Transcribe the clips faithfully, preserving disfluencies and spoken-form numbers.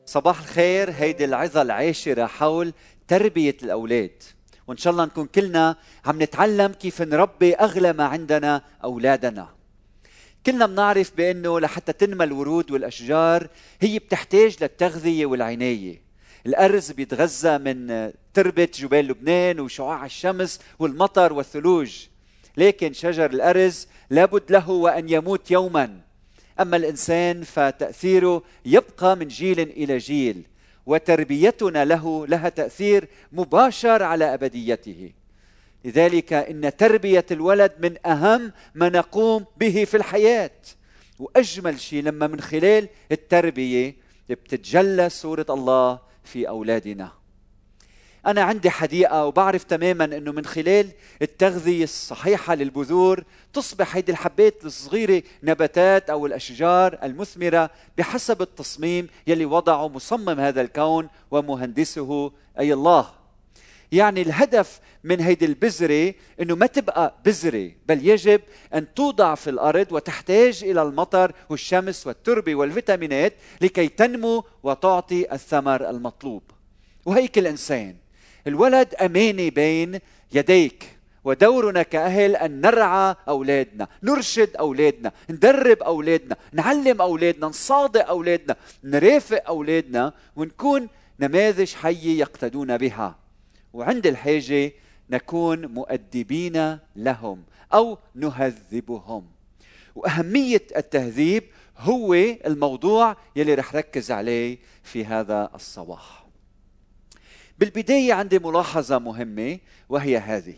صباح الخير. هيدي العظة العاشرة حول تربية الأولاد، وإن شاء الله نكون كلنا عم نتعلم كيف نربي أغلى ما عندنا أولادنا. كلنا بنعرف بأنه لحتى تنمى الورود والأشجار هي بتحتاج للتغذية والعناية. الأرز بيتغذى من تربة جبال لبنان وشعاع الشمس والمطر والثلوج، لكن شجر الأرز لابد له وأن يموت يوماً. أما الإنسان فتأثيره يبقى من جيل إلى جيل، وتربيتنا له لها تأثير مباشر على أبديته. لذلك إن تربية الولد من أهم ما نقوم به في الحياة، وأجمل شيء لما من خلال التربية بتتجلى صورة الله في أولادنا. أنا عندي حديقة وبعرف تماماً أنه من خلال التغذية الصحيحة للبذور تصبح هذه الحبات الصغيرة نباتات أو الأشجار المثمرة بحسب التصميم يلي وضعه مصمم هذا الكون ومهندسه أي الله. يعني الهدف من هيدي البذرة أنه ما تبقى بذرة، بل يجب أن توضع في الأرض وتحتاج إلى المطر والشمس والتربة والفيتامينات لكي تنمو وتعطي الثمر المطلوب. وهيك الإنسان، الولد أمانة بين يديك، ودورنا كأهل أن نرعى أولادنا، نرشد أولادنا، ندرب أولادنا، نعلم أولادنا، نصادق أولادنا، نرافق أولادنا، ونكون نماذج حية يقتدون بها. وعند الحاجة نكون مؤدبين لهم أو نهذبهم. وأهمية التهذيب هو الموضوع يلي رح ركز عليه في هذا الصباح. بالبداية عندي ملاحظة مهمة، وهي هذه: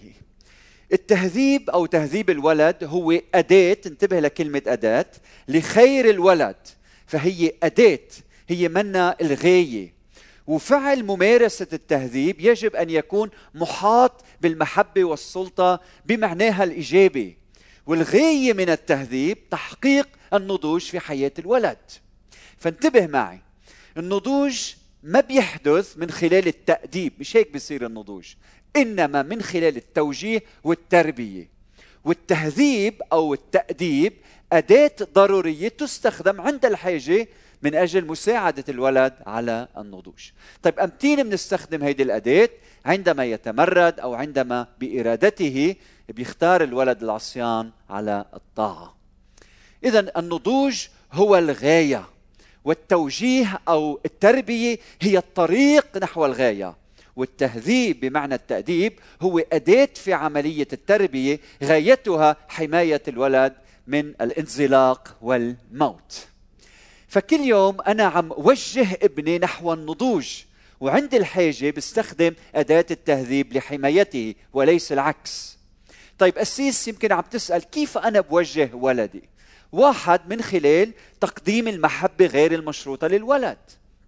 التهذيب أو تهذيب الولد هو أداة، انتبه لكلمة أداة، لخير الولد. فهي أداة، هي منا الغاية. وفعل ممارسة التهذيب يجب أن يكون محاط بالمحبة والسلطة بمعناها الإيجابي. والغاية من التهذيب تحقيق النضوج في حياة الولد. فانتبه معي، النضوج ما بيحدث من خلال التأديب، مش هيك بيصير النضوج، إنما من خلال التوجيه والتربية. والتهذيب أو التأديب أداة ضرورية تستخدم عند الحاجة من أجل مساعدة الولد على النضوج. طيب أمتين بنستخدم هذه الأداة؟ عندما يتمرد أو عندما بإرادته بيختار الولد العصيان على الطاعة. إذن النضوج هو الغاية، والتوجيه أو التربية هي الطريق نحو الغاية. والتهذيب بمعنى التأديب هو أداة في عملية التربية، غايتها حماية الولد من الانزلاق والموت. فكل يوم أنا عم وجه ابني نحو النضوج، وعند الحاجة بستخدم أداة التهذيب لحمايته وليس العكس. طيب أسيس، يمكن عم تسأل كيف أنا بوجه ولدي؟ واحد، من خلال تقديم المحبة غير المشروطة للولد.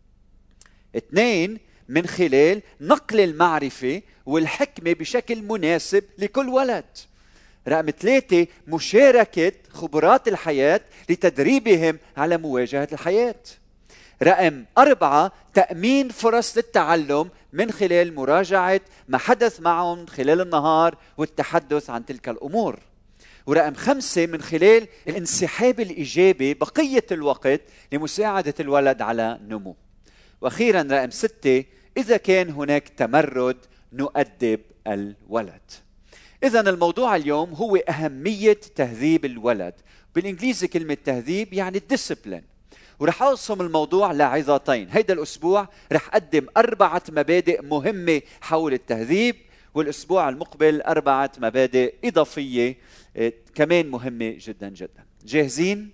اثنين، من خلال نقل المعرفة والحكمة بشكل مناسب لكل ولد. رقم ثلاثة، مشاركة خبرات الحياة لتدريبهم على مواجهة الحياة. رقم أربعة، تأمين فرص للتعلم من خلال مراجعة ما حدث معهم خلال النهار والتحدث عن تلك الأمور. ورقم خمسة، من خلال الانسحاب الإيجابي بقية الوقت لمساعدة الولد على نمو. وأخيرا رقم ستة، إذا كان هناك تمرد نؤدب الولد. إذن الموضوع اليوم هو أهمية تهذيب الولد. بالإنجليزي كلمة تهذيب يعني discipline. ورح أقسم الموضوع لعظتين. هيدا الأسبوع رح أقدم أربعة مبادئ مهمة حول التهذيب، والأسبوع المقبل أربعة مبادئ إضافية كمان مهمة جدا جدا. جاهزين؟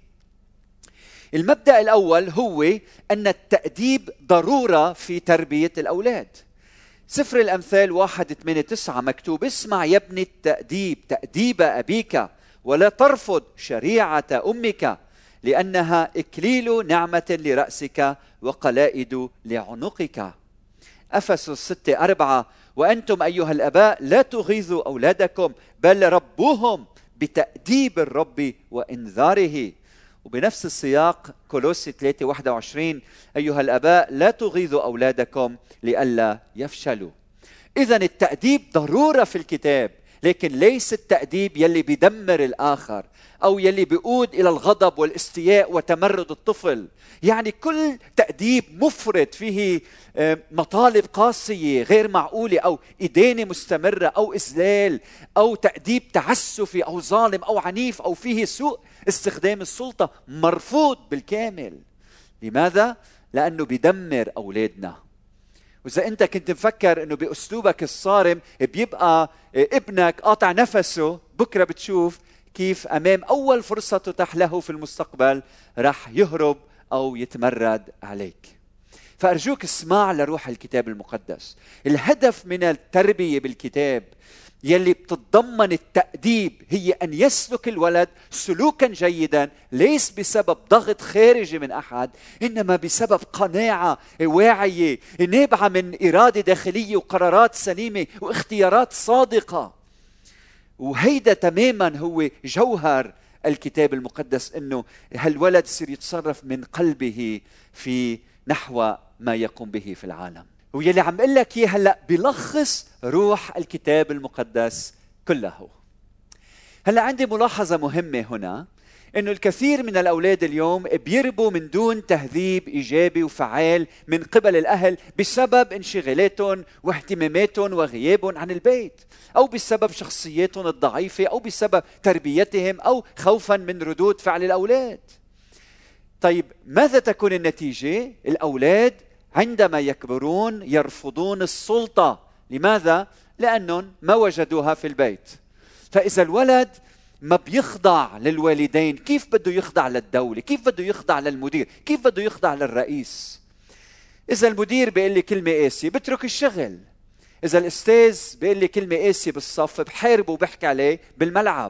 المبدأ الأول هو أن التأديب ضرورة في تربية الأولاد. سفر الأمثال واحد ثمانية تسعة مكتوب: اسمع يا ابني التأديب، تأديب أبيك، ولا ترفض شريعة أمك، لأنها إكليل نعمة لرأسك وقلائد لعنقك. أفسس ستة أربعة: وأنتم أيها الآباء لا تغيظوا أولادكم، بل ربوهم بتأديب الرب وإنذاره. وبنفس السياق كولوسي ثلاثة واحد وعشرين: أيها الآباء لا تغيظوا أولادكم لئلا يفشلوا. إذن التأديب ضرورة في الكتاب، لكن ليس التأديب يلي بيدمر الآخر أو يلي بيقود إلى الغضب والاستياء وتمرد الطفل. يعني كل تأديب مفرط فيه مطالب قاسية غير معقولة أو إدانة مستمرة أو إذلال أو تأديب تعسفي أو ظالم أو عنيف أو فيه سوء استخدام السلطة مرفوض بالكامل. لماذا؟ لأنه بيدمر أولادنا. وإذا أنت كنت مفكر أنه بأسلوبك الصارم بيبقى ابنك قاطع نفسه، بكرة بتشوف كيف أمام أول فرصة تتاح له في المستقبل رح يهرب أو يتمرد عليك. فأرجوك اسمع لروح الكتاب المقدس. الهدف من التربية بالكتاب يلي بتتضمن التأديب هي أن يسلك الولد سلوكا جيدا، ليس بسبب ضغط خارجي من أحد، إنما بسبب قناعة واعية نابعة من إرادة داخلية وقرارات سليمة واختيارات صادقة. وهيدا تماما هو جوهر الكتاب المقدس، إنه هالولد يصير يتصرف من قلبه في نحو ما يقوم به في العالم. ويلي عم اقول لك اياه هلا بلخص روح الكتاب المقدس كله. هلا عندي ملاحظه مهمه هنا، انه الكثير من الاولاد اليوم بيربوا من دون تهذيب ايجابي وفعال من قبل الاهل بسبب انشغالاتهم واهتماماتهم وغيابهم عن البيت، او بسبب شخصياتهم الضعيفه، او بسبب تربيتهم، او خوفا من ردود فعل الاولاد. طيب ماذا تكون النتيجه؟ الاولاد عندما يكبرون يرفضون السلطة. لماذا؟ لأنهم ما وجدوها في البيت. فإذا الولد ما بيخضع للوالدين، كيف بده يخضع للدولة؟ كيف بده يخضع للمدير؟ كيف بده يخضع للرئيس؟ إذا المدير بيقول لي كلمة قاسية بترك الشغل. إذا الأستاذ بيقول لي كلمة قاسية بالصف بحاربه وبحكي عليه بالملعب.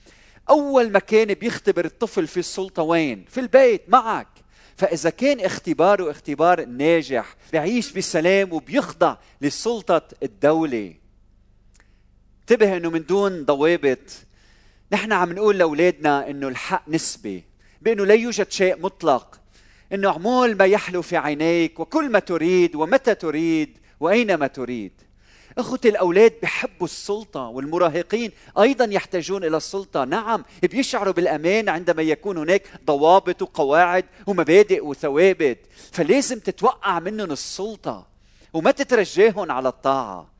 أول مكان بيختبر الطفل في السلطة وين؟ في البيت معك. فإذا كان اختباره اختبار ناجح بيعيش بسلام وبيخضع لسلطة الدولة. انتبه انه من دون ضوابط نحن عم نقول لأولادنا انه الحق نسبي، بانه لا يوجد شيء مطلق، انه اعمل ما يحلو في عينيك وكل ما تريد ومتى تريد واينما تريد. اخوتي الاولاد بحبوا السلطه، والمراهقين ايضا يحتاجون الى السلطه. نعم بيشعروا بالامان عندما يكون هناك ضوابط وقواعد ومبادئ وثوابت، فلازم تتوقع منهم السلطه وما تترجاهم على الطاعه.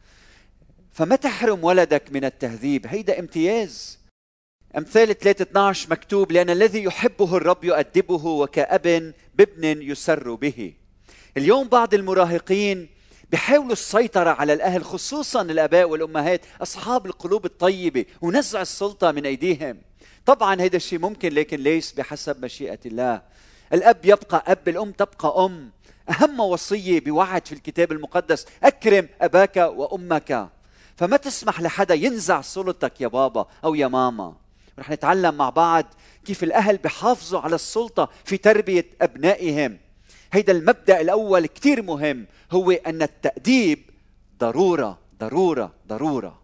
فما تحرم ولدك من التهذيب، هيدا امتياز. امثال ثلاثة اثنعش مكتوب: لان الذي يحبه الرب يؤدبه وكأب بابن يسر به. اليوم بعض المراهقين بيحاولوا السيطرة على الأهل، خصوصاً الآباء والأمهات أصحاب القلوب الطيبة، ونزع السلطة من أيديهم. طبعاً هذا الشيء ممكن، لكن ليس بحسب مشيئة الله. الأب يبقى أب، الأم تبقى أم. أهم وصية بوعد في الكتاب المقدس: أكرم أباك وأمك. فما تسمح لحدا ينزع سلطتك يا بابا أو يا ماما. رح نتعلم مع بعض كيف الأهل بيحافظوا على السلطة في تربية أبنائهم. هيدا المبدأ الأول كتير مهم، هو أن التأديب ضرورة ضرورة ضرورة.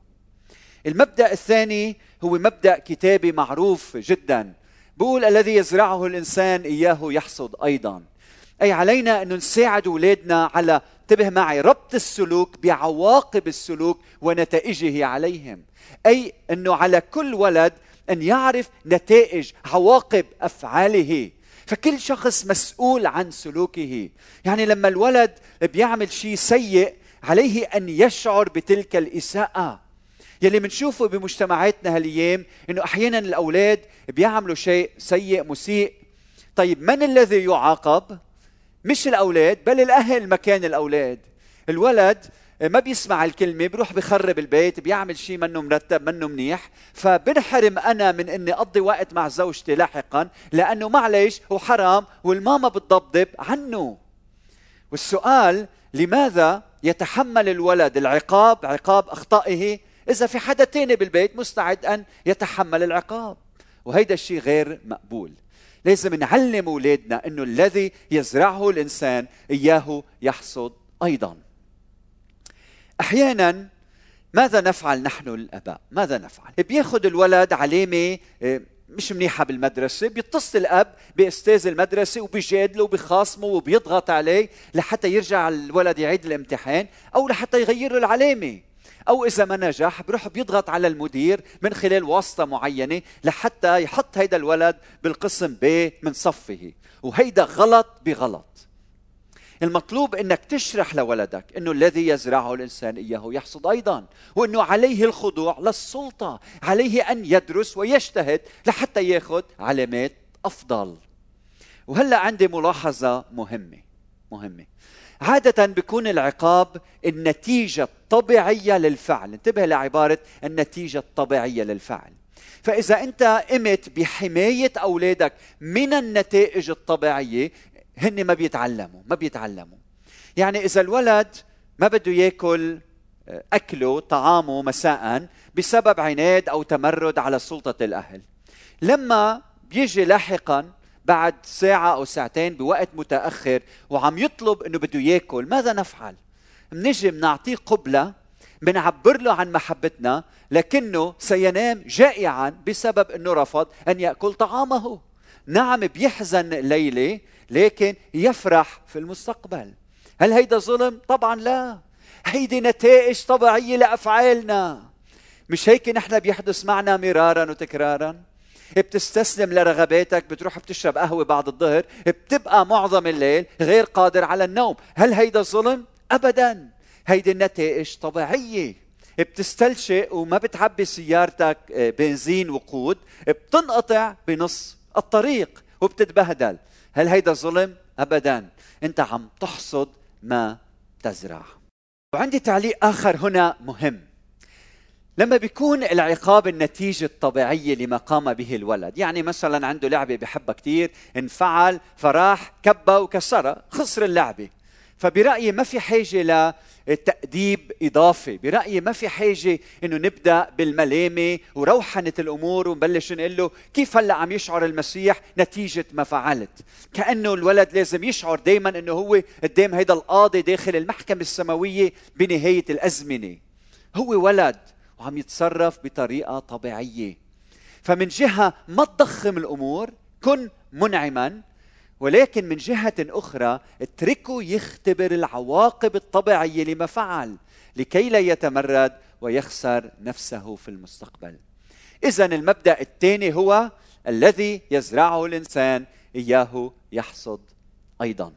المبدأ الثاني هو مبدأ كتابي معروف جدا، بقول: الذي يزرعه الإنسان إياه يحصد أيضا. أي علينا أن نساعد أولادنا على، انتبه معي، ربط السلوك بعواقب السلوك ونتائجه عليهم. أي أنه على كل ولد أن يعرف نتائج عواقب أفعاله، فكل شخص مسؤول عن سلوكه. يعني لما الولد بيعمل شيء سيء عليه أن يشعر بتلك الإساءة. يلي منشوفه بمجتمعاتنا هالأيام إنه أحيانا الأولاد بيعملوا شيء سيء مسيء. طيب من الذي يعاقب؟ مش الأولاد بل الأهل مكان الأولاد. الولد ما بيسمع الكلمة بيروح بخرب البيت، بيعمل شيء منه مرتب منه منيح، فبنحرم أنا من أني أقضي وقت مع زوجتي لاحقا لأنه معليش هو حرام والماما بتضبضب عنه. والسؤال: لماذا يتحمل الولد العقاب، عقاب أخطائه، إذا في حدا تاني بالبيت مستعد أن يتحمل العقاب؟ وهيدا الشيء غير مقبول. لازم نعلم أولادنا أنه الذي يزرعه الإنسان إياه يحصد أيضا. أحيانا ماذا نفعل نحن الآباء؟ ماذا نفعل؟ بياخد الولد علامة مش منيحة بالمدرسة، بيتصل الأب بأستاذ المدرسة وبيجادله وبيخاصمه وبيضغط عليه لحتى يرجع الولد يعيد الامتحان أو لحتى يغير له العلامة. أو إذا ما نجح بروح بيضغط على المدير من خلال واسطة معينة لحتى يحط هيدا الولد بالقسم ب من صفه، وهيدا غلط بغلط. المطلوب انك تشرح لولدك انه الذي يزرعه الانسان اياه يحصد ايضا، وانه عليه الخضوع للسلطة، عليه ان يدرس ويجتهد لحتى ياخذ علامات افضل. وهلا عندي ملاحظة مهمة مهمة. عادة بيكون العقاب النتيجة الطبيعية للفعل، انتبه لعبارة النتيجة الطبيعية للفعل. فإذا أنت قمت بحماية أولادك من النتائج الطبيعية هن ما بيتعلموا ما بيتعلموا يعني إذا الولد ما بده يأكل أكله طعامه مساء بسبب عناد أو تمرد على سلطة الأهل، لما بيجي لاحقا بعد ساعة أو ساعتين بوقت متأخر وعم يطلب أنه بده يأكل، ماذا نفعل؟ منجي منعطيه قبلة، منعبر له عن محبتنا، لكنه سينام جائعا بسبب أنه رفض أن يأكل طعامه. نعم بيحزن ليلة لكن يفرح في المستقبل. هل هيدا ظلم؟ طبعا لا، هيدي نتائج طبيعية لأفعالنا. مش هيك نحن بيحدث معنا مرارا وتكرارا؟ بتستسلم لرغباتك، بتروح بتشرب قهوة بعد الظهر، بتبقى معظم الليل غير قادر على النوم. هل هيدا ظلم؟ أبدا، هيدي النتائج طبيعية. بتستلشق وما بتعبي سيارتك بنزين وقود، بتنقطع بنص الطريق وبتتبهدل. هل هيدا ظلم؟ أبدا، أنت عم تحصد ما تزرع. وعندي تعليق آخر هنا مهم. لما بيكون العقاب النتيجة الطبيعية لما قام به الولد، يعني مثلا عنده لعبة بحبها كتير، انفعل فراح كبها وكسرها، خسر اللعبة. فبرأيي ما في حاجة لتأديب إضافي، برأيي ما في حاجة إنه نبدأ بالملامة وروحنة الأمور ونبلش نقول له كيف هلأ عم يشعر المسيح نتيجة ما فعلت. كأنه الولد لازم يشعر دايما إنه هو قدام هيدا القاضي داخل المحكمة السماوية بنهاية الأزمنة. هو ولد وعم يتصرف بطريقة طبيعية. فمن جهة ما تضخم الأمور، كن منعما، ولكن من جهة أخرى اتركه يختبر العواقب الطبيعية لما فعل لكي لا يتمرد ويخسر نفسه في المستقبل. إذن المبدأ الثاني هو الذي يزرعه الإنسان إياه يحصد أيضا.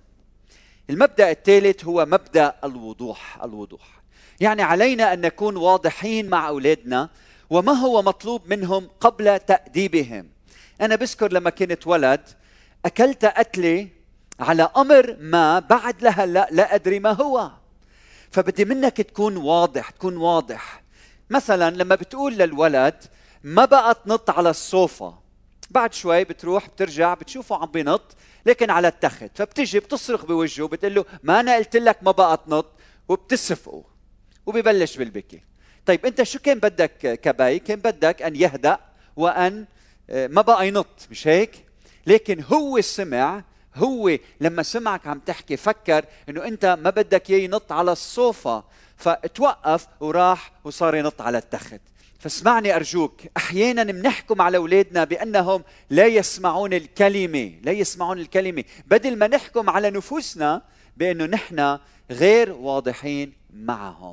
المبدأ الثالث هو مبدأ الوضوح. الوضوح يعني علينا أن نكون واضحين مع أولادنا وما هو مطلوب منهم قبل تأديبهم. أنا بذكر لما كنت ولد أكلت أكلة على أمر ما بعد لهلا لا أدري ما هو، فبدي منك تكون واضح تكون واضح. مثلا لما بتقول للولد ما بقى تنط على الصوفة، بعد شوي بتروح بترجع بتشوفه عم بينط لكن على التخت، فبتجي بتصرخ بوجهه بتقول له ما أنا قلت لك ما بقى تنط، وبتسفقه وبيبلش بالبكي. طيب أنت شو كان بدك كباي؟ كان بدك أن يهدأ وأن ما بقى ينط، مش هيك؟ لكن هو سمع، هو لما سمعك عم تحكي فكر انه انت ما بدك اياه ينط على الصوفة، فتوقف وراح وصار ينط على التخت. فاسمعني ارجوك، احيانا بنحكم على اولادنا بانهم لا يسمعون الكلمة، لا يسمعون الكلمة، بدل ما نحكم على نفوسنا بانه نحن غير واضحين معهم.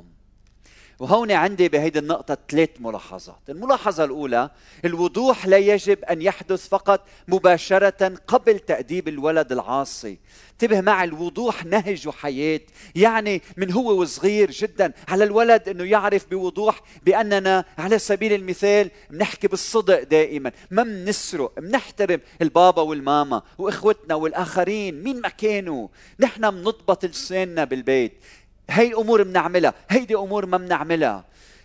وهون عندي بهيدي النقطة ثلاث ملاحظات. الملاحظة الأولى، الوضوح لا يجب أن يحدث فقط مباشرة قبل تأديب الولد العاصي. انتبه معي، الوضوح نهج وحياة، يعني من هو وصغير جدا على الولد أنه يعرف بوضوح بأننا على سبيل المثال بنحكي بالصدق دائما، ما بنسرق، بنحترم البابا والماما وإخوتنا والآخرين مين ما كانوا، نحن بنضبط لساننا بالبيت. هي أمور بنعملها، هيدي أمور ما بنعملها.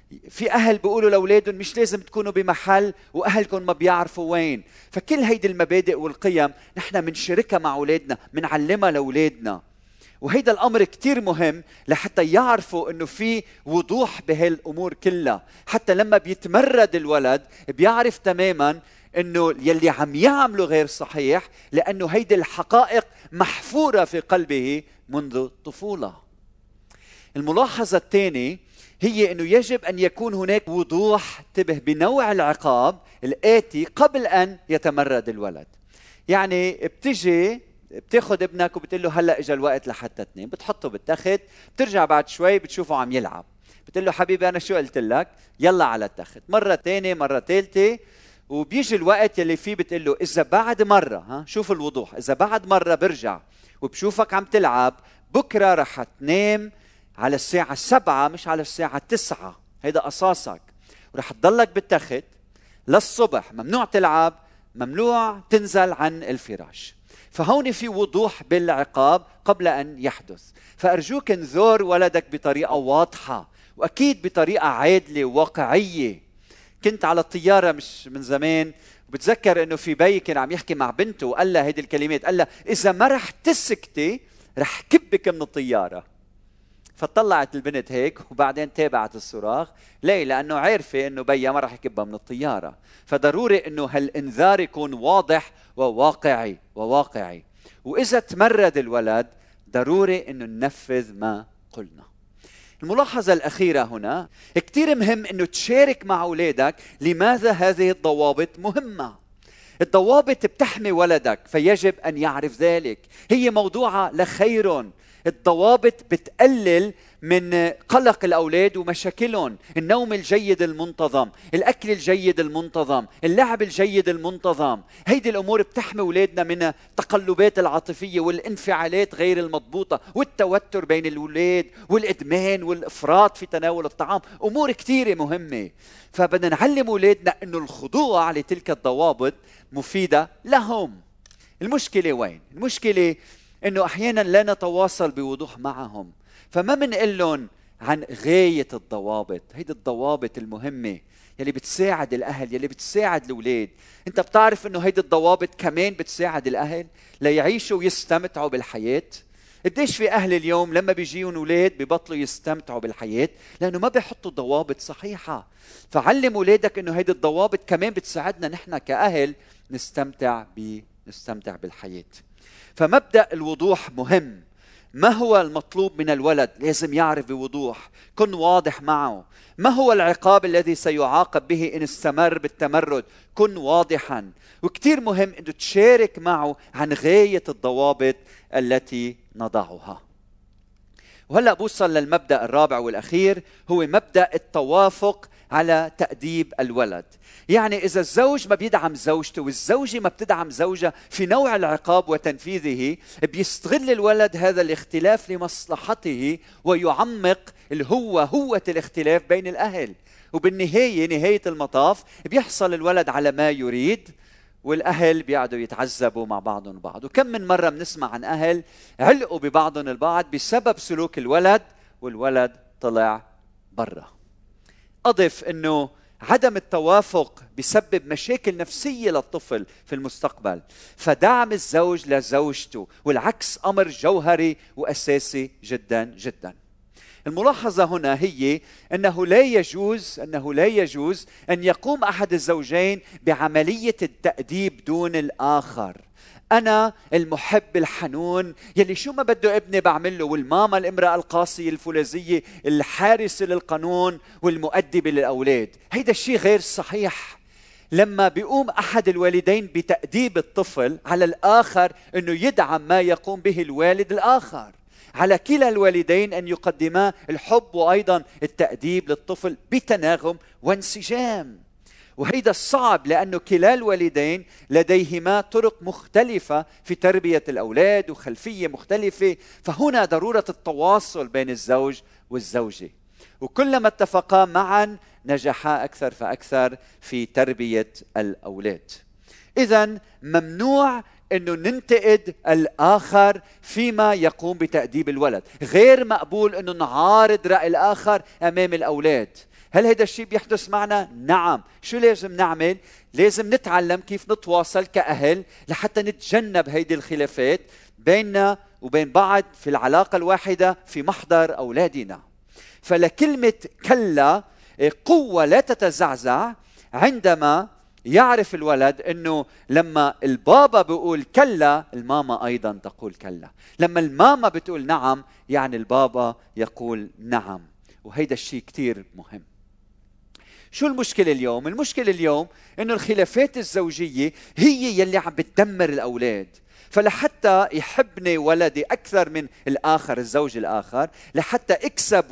في أهل بيقولوا لأولادهم مش لازم تكونوا بمحل وأهلكم ما بيعرفوا وين. فكل هيدي المبادئ والقيم نحن منشاركها مع أولادنا، منعلمها لأولادنا، وهيدا الأمر كتير مهم لحتى يعرفوا أنه في وضوح بهالأمور كلها. حتى لما بيتمرد الولد بيعرف تماما أنه يلي عم يعمله غير صحيح، لأنه هيدي الحقائق محفورة في قلبه منذ الطفولة. الملاحظة الثانية هي أنه يجب أن يكون هناك وضوح، انتبه، بنوع العقاب الآتي قبل أن يتمرد الولد. يعني بتجي بتاخد ابنك وبتقول له هلأ إجا الوقت لحتى تنام، بتحطه بالتخت، بترجع بعد شوي بتشوفه عم يلعب، بتقول له حبيبي أنا شو قلت لك؟ يلا على التخت. مرة تانية مرة ثالثة، وبيجي الوقت يلي فيه بتقول له إذا بعد مرة، ها شوف الوضوح، إذا بعد مرة برجع وبشوفك عم تلعب بكرة رح تنام على الساعة سبعة مش على الساعة تسعة، هيدا قصاصك، ورح تضلك بالتخت للصبح، ممنوع تلعب، ممنوع تنزل عن الفراش. فهون في وضوح بالعقاب قبل أن يحدث. فأرجوك انذر ولدك بطريقة واضحة، وأكيد بطريقة عادلة وواقعية. كنت على الطيارة مش من زمان، وبتذكر انه في بي كان عم يحكي مع بنته وقال لها هيدي الكلمات، قال لها اذا ما رح تسكتي رح كبك من الطيارة. فطلعت البنت هيك وبعدين تابعت الصراخ. ليه؟ لانه عارفه انه بيها ما رح يكبها من الطيارة. فضروري انه هالانذار يكون واضح وواقعي وواقعي. واذا تمرد الولد ضروري انه ننفذ ما قلنا. الملاحظة الأخيرة هنا، كتير مهم أنه تشارك مع أولادك لماذا هذه الضوابط مهمة. الضوابط بتحمي ولدك فيجب أن يعرف ذلك، هي موضوعة لخير. الضوابط بتقلل من قلق الأولاد ومشاكلهم، النوم الجيد المنتظم، الأكل الجيد المنتظم، اللعب الجيد المنتظم. هيدي الأمور بتحمي أولادنا من التقلبات العاطفية والانفعالات غير المضبوطة والتوتر بين الأولاد والإدمان والإفراط في تناول الطعام. أمور كثيرة مهمة، فبدنا نعلم أولادنا أنه الخضوع لتلك الضوابط مفيدة لهم. المشكلة وين؟ المشكلة أنه أحيانا لا نتواصل بوضوح معهم، فما منقل لهم عن غاية الضوابط. هيدي الضوابط المهمة يلي بتساعد الأهل، يلي بتساعد الأولاد. أنت بتعرف أنه هيدي الضوابط كمان بتساعد الأهل ليعيشوا ويستمتعوا بالحياة. قديش في أهل اليوم لما بيجيون أولاد بيبطلوا يستمتعوا بالحياة لأنه ما بيحطوا ضوابط صحيحة. فعلم أولادك أنه هيدي الضوابط كمان بتساعدنا نحن كأهل نستمتع ب نستمتع بالحياة. فمبدأ الوضوح مهم. ما هو المطلوب من الولد؟ لازم يعرف بوضوح، كن واضح معه. ما هو العقاب الذي سيعاقب به إن استمر بالتمرد؟ كن واضحا. وكتير مهم أن تشارك معه عن غاية الضوابط التي نضعها. وهلأ بوصل للمبدأ الرابع والأخير، هو مبدأ التوافق على تأديب الولد. يعني إذا الزوج ما بيدعم زوجته والزوجة ما بتدعم زوجها في نوع العقاب وتنفيذه، بيستغل الولد هذا الاختلاف لمصلحته ويعمق الهو هوة الاختلاف بين الأهل. وبالنهاية نهاية المطاف بيحصل الولد على ما يريد والأهل بيقعدوا يتعذبوا مع بعضهم البعض. وكم من مرة بنسمع عن أهل علقوا ببعضهم البعض بسبب سلوك الولد والولد طلع برا. أضف أنه عدم التوافق بيسبب مشاكل نفسية للطفل في المستقبل، فدعم الزوج لزوجته والعكس أمر جوهري وأساسي جدا جدا. الملاحظة هنا هي أنه لا يجوز أنه لا يجوز أن يقوم أحد الزوجين بعملية التأديب دون الآخر. أنا المحب الحنون يلي شو ما بده ابني بعمله، والماما الامرأة القاسية الفولاذية الحارسة للقانون والمؤدبة للأولاد. هيدا الشيء غير صحيح. لما بيقوم أحد الوالدين بتأديب الطفل، على الآخر أنه يدعم ما يقوم به الوالد الآخر. على كلا الوالدين أن يقدما الحب وأيضا التأديب للطفل بتناغم وانسجام. وهيدا الصعب لأنه كلا الوالدين لديهما طرق مختلفة في تربية الأولاد وخلفية مختلفة، فهنا ضرورة التواصل بين الزوج والزوجة، وكلما اتفقا معا نجحا أكثر فأكثر في تربية الأولاد. إذن ممنوع أنه ننتقد الآخر فيما يقوم بتأديب الولد. غير مقبول أنه نعارض رأي الآخر أمام الأولاد. هل هذا الشيء بيحدث معنا؟ نعم. شو لازم نعمل؟ لازم نتعلم كيف نتواصل كأهل لحتى نتجنب هيدي الخلافات بيننا وبين بعض في العلاقة الواحدة في محضر أولادنا. فلكلمة كلا قوة لا تتزعزع عندما يعرف الولد أنه لما البابا بيقول كلا الماما أيضا تقول كلا، لما الماما بتقول نعم يعني البابا يقول نعم. وهيدا الشيء كتير مهم. شو المشكلة اليوم؟ المشكلة اليوم إنه الخلافات الزوجية هي يلي عم بتدمر الأولاد. فلحتى يحبني ولدي أكثر من الآخر الزوج الآخر، لحتى اكسب ود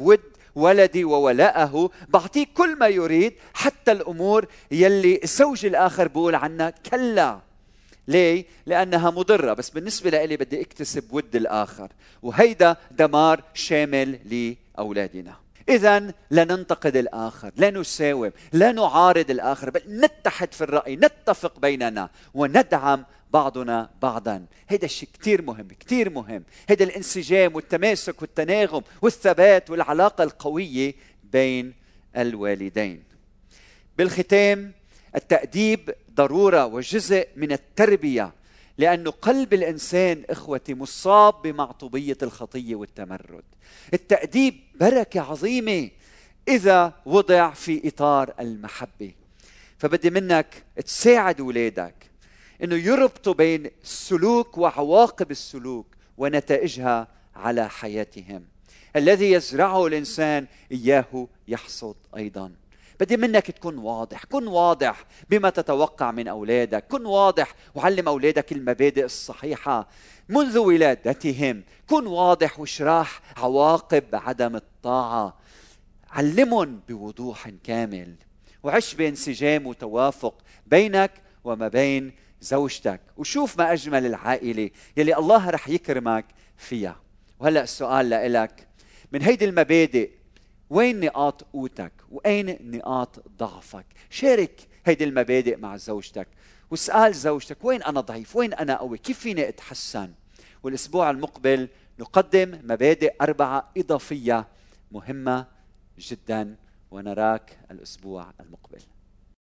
ولدي وولاءه، بعطيه كل ما يريد، حتى الأمور يلي الزوج الآخر بقول عنها كلا. ليه؟ لأنها مضرة، بس بالنسبة لي بدي اكتسب ود الآخر، وهيدا دمار شامل لأولادنا. إذن لا ننتقد الآخر، لا نساوم، لا نعارض الآخر، بل نتحد في الرأي، نتفق بيننا وندعم بعضنا بعضا. هذا الشيء كتير مهم، كتير مهم. هذا الانسجام والتماسك والتناغم والثبات والعلاقة القوية بين الوالدين. بالختام، التأديب ضرورة وجزء من التربية، لأن قلب الإنسان إخوتي مصاب بمعطوبية الخطية والتمرد. التأديب بركة عظيمة إذا وضع في إطار المحبة. فبدي منك تساعد أولادك إنه يربطوا بين السلوك وعواقب السلوك ونتائجها على حياتهم. الذي يزرعه الإنسان إياه يحصد أيضا. بدي منك تكون واضح، كن واضح بما تتوقع من أولادك، كن واضح وعلم أولادك المبادئ الصحيحة منذ ولادتهم. كن واضح واشرح عواقب عدم الطاعة، علمهم بوضوح كامل، وعش بانسجام وتوافق بينك وما بين زوجتك، وشوف ما أجمل العائلة يلي الله رح يكرمك فيها. وهلأ السؤال لإلك، من هيدي المبادئ وين نقاط قوتك وأين نقاط ضعفك؟ شارك هيدي المبادئ مع زوجتك، واسأل زوجتك وين أنا ضعيف، وين أنا قوي، كيف فيني أتحسن. والأسبوع المقبل نقدم مبادئ أربعة إضافية مهمة جدا، ونراك الأسبوع المقبل.